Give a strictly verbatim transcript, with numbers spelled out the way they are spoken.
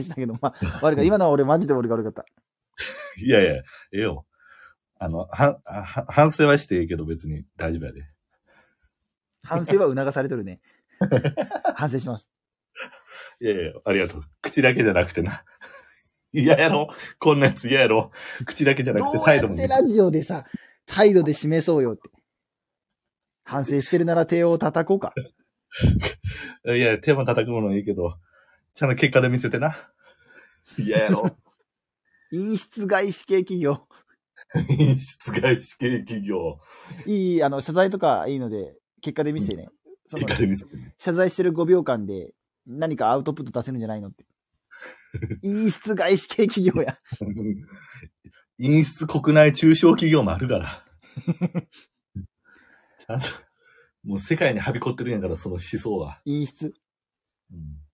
したけど、まあ、悪かった。今のは俺マジで俺が悪かった。 いやいや、ええよ。あの、は、は、反省はしていいけど別に大丈夫やで。 反省は促されとるね。反省します。 いやいや、ありがとう。口だけじゃなくてな。嫌やろ。こんなやつ嫌やろ。口だけじゃなくて態度も。 どうやってラジオでさ、態度で示そうよって。反省してるなら手を叩こうか。 いや、手も叩くものいいけど、ちゃんと結果で見せてな。嫌やろ。 陰湿外資系企業。 陰湿外資系企業。 いい、あの、謝罪とかいいので、結果で見せてね。 うん、結果で見せてね。 謝罪してるごびょうかんで何かアウトプット出せるんじゃないのって。陰湿外資系企業や。 陰湿国内中小企業もあるから。ちゃんと、もう世界にはびこってるんやから、その思想は。 陰湿。 うん